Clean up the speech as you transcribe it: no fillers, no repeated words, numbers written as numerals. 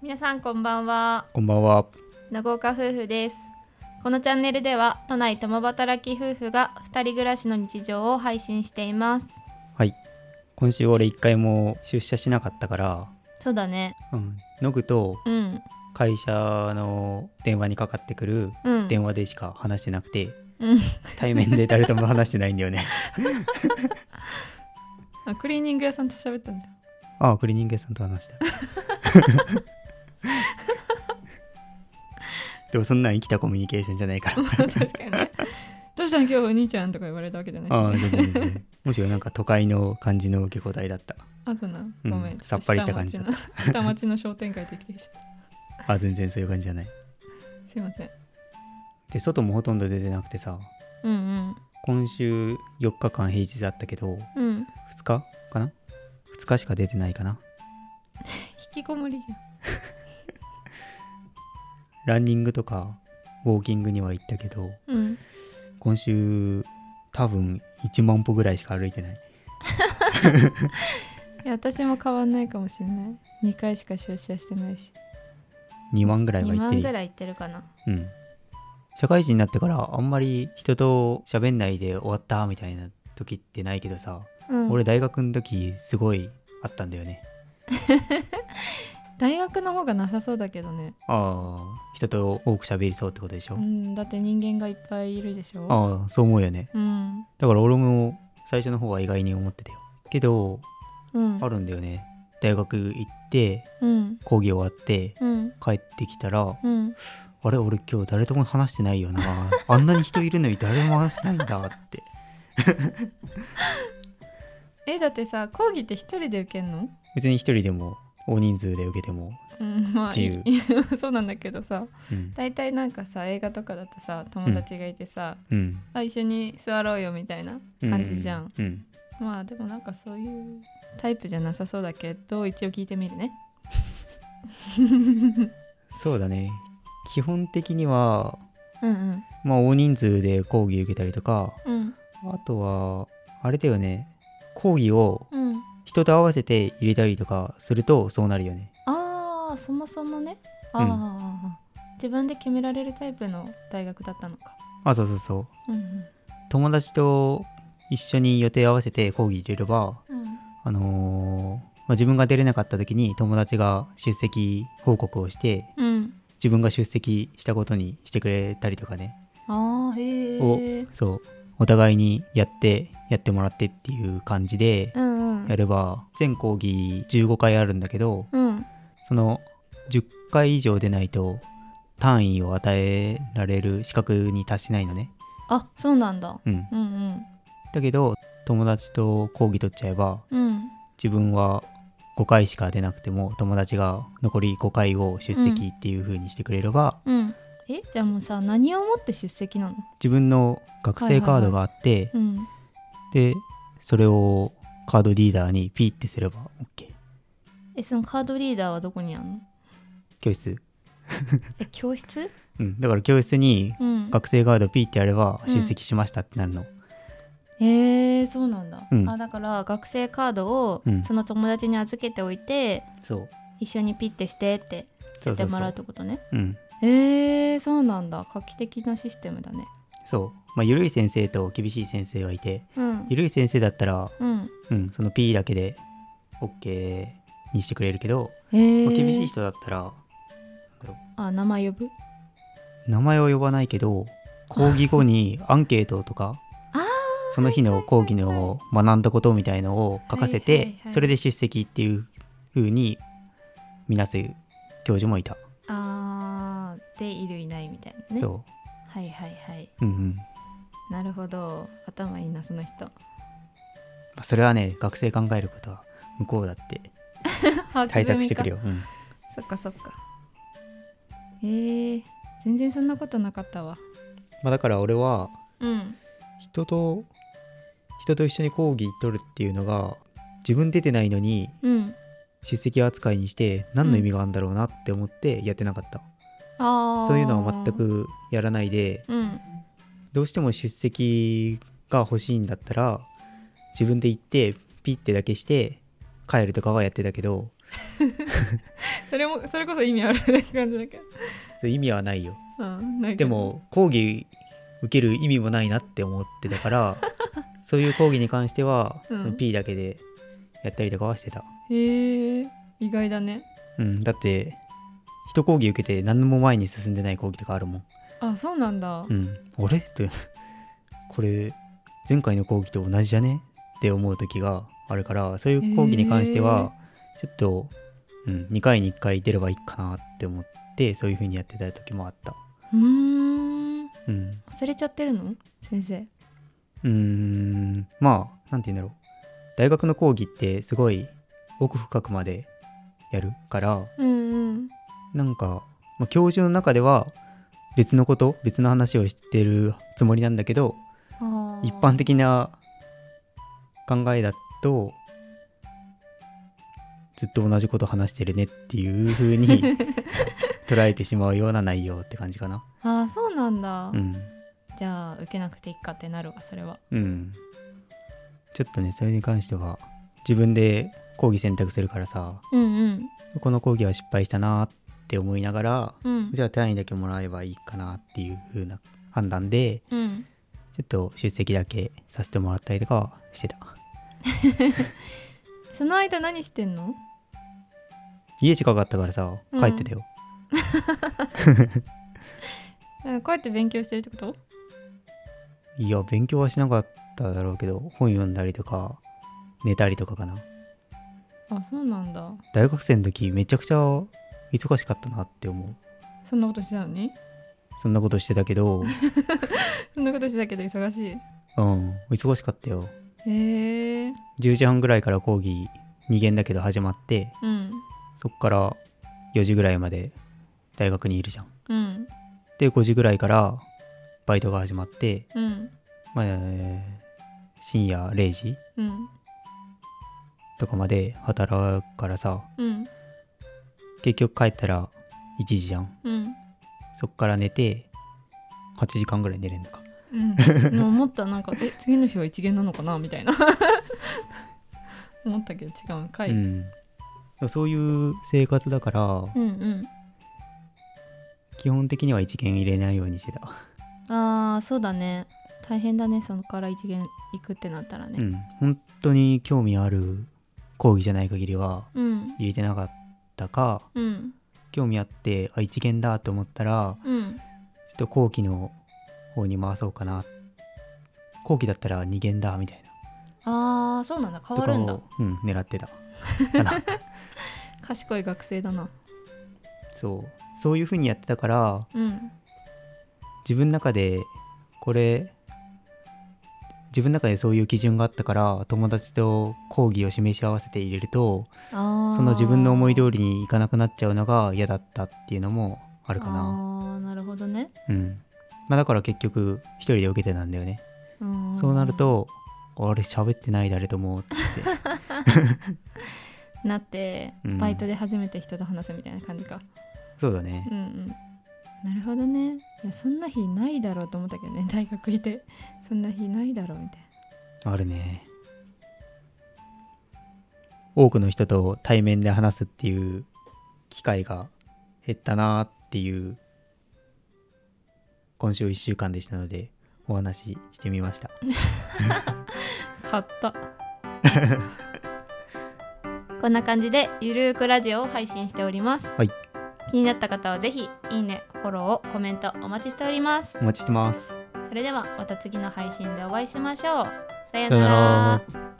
皆さんこんばんは。 こんばんは。 長岡夫婦です。このチャンネルでは都内共働き夫婦が2人暮らしの日常を配信しています。 はい。今週俺一回も出社しなかったから、 そうだね。 ノグとうん会社の電話にかかってくるうん電話でしか話してなくて、 うん対面で誰とも話してないんだよね。 あ、クリーニング屋さんと喋ったんじああ、クリーニング屋さんと話した。でもそんなん生きたコミュニケーションじゃないから。 ゃん。確かにね。どうしたん今日お兄ちゃんとか言われたわけじゃないし、ね。 ああ、全然全然。むしろなんか都会の感じの受け答えだった。 あ、そうなん。ごめん。 さっぱりした感じだった。 下町の商店街できてきちゃった。 あ、全然そういう感じじゃない。 すいません。 で、外もほとんど出てなくてさ、 うん今週4日間平日だったけど、 うん。うん。 2日かな ?2 日しか出てないかな。 引きこもりじランニングとかウォーキングには行ったけど、 ゃん。うん。 今週多分1万歩ぐらいしか歩いてない。 いや私も変わんないかもしれない。2回しか出社してないし。 2万ぐらいは 2 行ってる。 万ぐらい行ってるかな。 社会人になってからあんまり人と喋んないで終わったみたいな時ってないけどさ、俺大学の時すごいあったんだよね。 大学の方がなさそうだけどね。 ああ、人と多く喋りそうってことでしょ。 だって人間がいっぱいいるでしょ。 ああ、そう思うよね。だから俺も最初の方は意外に思ってたよ。けど、あるんだよね。大学行って、講義終わって、帰ってきたら、あれ俺今日誰とも話してないよな。あんなに人いるのに誰も話してないんだって。 だってさ、講義って一人で受けんの？ 別に一人でも大人数で受けてもまあ自由。 そうなんだけどさ、大体なんかさ映画とかだとさ友達がいてさ、一緒に座ろうよみたいな感じじゃん。まあでもなんかそういうタイプじゃなさそうだけど一応聞いてみるね。 そうだね。基本的には、まあ大人数で講義受けたりとか、あとはあれだよね。講義を人と合わせて入れたりとかするとそうなるよね。 ああ、そもそもね。自分で決められるタイプの大学だったのか。 あ、そうそうそう。友達と一緒に予定合わせて講義入れれば、自分が出れなかった時に友達が出席報告をして、自分が出席したことにしてくれたりとかね。そうお互いにやってもらってっていう感じでやれば、全講義15回あるんだけど、その10回以上でないと単位を与えられる資格に達しないのね。 あ、そうなんだ。 だけど友達と講義取っちゃえば、自分は5回しか出なくても友達が残り5回を出席っていう風にしてくれれば、 じゃあもうさ、何をもって出席なの？ 自分の学生カードがあって、でそれをカードリーダーにピーってすれば OK。 そのカードリーダーはどこにあるの？ 教室。 教室？ だから教室に学生カードピーってやれば出席しましたってなるの。 そうなんだ。だから学生カードをその友達に預けておいて、一緒にピッてしてってやってもらうってことね。そうなんだ。画期的なシステムだね。 そう、ゆるい先生と厳しい先生がいて、ゆるい先生だったら、その P だけで OK にしてくれるけど、厳しい人だったら名前呼ぶ？ 名前を呼ばないけど、講義後にアンケートとかその日の講義の学んだことみたいのを書かせて、それで出席っていう風にみなす教授もいた。 でいるいないみたいなね。 そう。 なるほど。頭いいなその人。 それはね、学生考えることは向こうだって対策してくるよ。 そっかそっか。全然そんなことなかったわ。 だから俺は、人と一緒に講義取るっていうのが自分出てないのに出席扱いにして何の意味があるんだろうなって思ってやってなかった。そういうのは全くやらないで、どうしても出席が欲しいんだったら自分で行ってピッてだけして帰るとかはやってたけどそれこそ意味あるって感じだけど。 意味はないよ、 ないでも講義受ける意味もないなって思ってたからそういう講義に関しては、その P だけでやったりとかはしてた。 へえ、意外だね。 だって一講義受けて何も前に進んでない講義とかあるもん。 あ、そうなんだ。 あれってこれ前回の講義と同じじゃねって思う時があるから、そういう講義に関してはちょっと、2回に1回出ればいいかなって思って、そういう風にやってた時もあった。 忘れちゃってるの先生？ まあなんて言うんだろう、大学の講義ってすごい奥深くまでやるから、なんか、教授の中では別の話をしてるつもりなんだけど、一般的な考えだとずっと同じこと話してるねっていう風に捉えてしまうような内容って感じかな。 ああ、そうなんだ。じゃあ受けなくていいかってなるわ、それは。 ちょっとね、それに関しては自分で講義選択するからさ、この講義は失敗したなって思いながら、じゃあ単位だけもらえばいいかなっていう風な判断で、ちょっと出席だけさせてもらったりとかはしてた。 その間何してんの？ 家近かったからさ、帰ってたよ。 帰って勉強してるってこと？ いや、勉強はしなかっただろうけど、本読んだりとか寝たりとかかな。 あ、そうなんだ。 大学生の時めちゃくちゃ忙しかったなって思う。 そんなことしてたのに？ そんなことしてたけどそんなことしてたけど忙しい。 忙しかったよ。 へえ。 10時半ぐらいから講義2限だけど始まって、そっから4時ぐらいまで大学にいるじゃん。で5時ぐらいからバイトが始まって、深夜0時、とかまで働くからさ、結局帰ったら1時じゃん。そっから寝て8時間ぐらい寝れんのか。 思ったなんか次の日は一限なのかなみたいな思ったけど違うんかい。 そういう生活だから、基本的には一限入れないようにしてた。 ああ、そうだね。大変だね、そこから一限行くってなったらね。 本当に興味ある講義じゃない限りは入れてなかったか、興味あって一限だと思ったら、ちょっと後期の方に回そうかな、後期だったら2限だみたいな。ああ、そうなんだ。変わるんだ。 狙ってた賢い学生だな。 そういう風にやってたから、自分の中でそういう基準があったから、友達と講義を示し合わせて入れると、その自分の思い通りにいかなくなっちゃうのが嫌だったっていうのもあるかな。 なるほどね。 だから結局一人で受けてたんだよね。そうなると、あれ喋ってない誰ともってなって、バイトで初めて人と話すみたいな感じか。 そうだね。 なるほどね。いや、そんな日ないだろうと思ったけどね、大学いてそんな日ないだろうみたいな。あるね。多くの人と対面で話すっていう機会が減ったなっていう今週1週間でしたので、お話ししてみました。 買ったこんな感じでゆるーくラジオを配信しております。気になった方はぜひいいね、フォローを、コメントお待ちしております。 お待ちしてます。 それではまた次の配信でお会いしましょう。さよなら。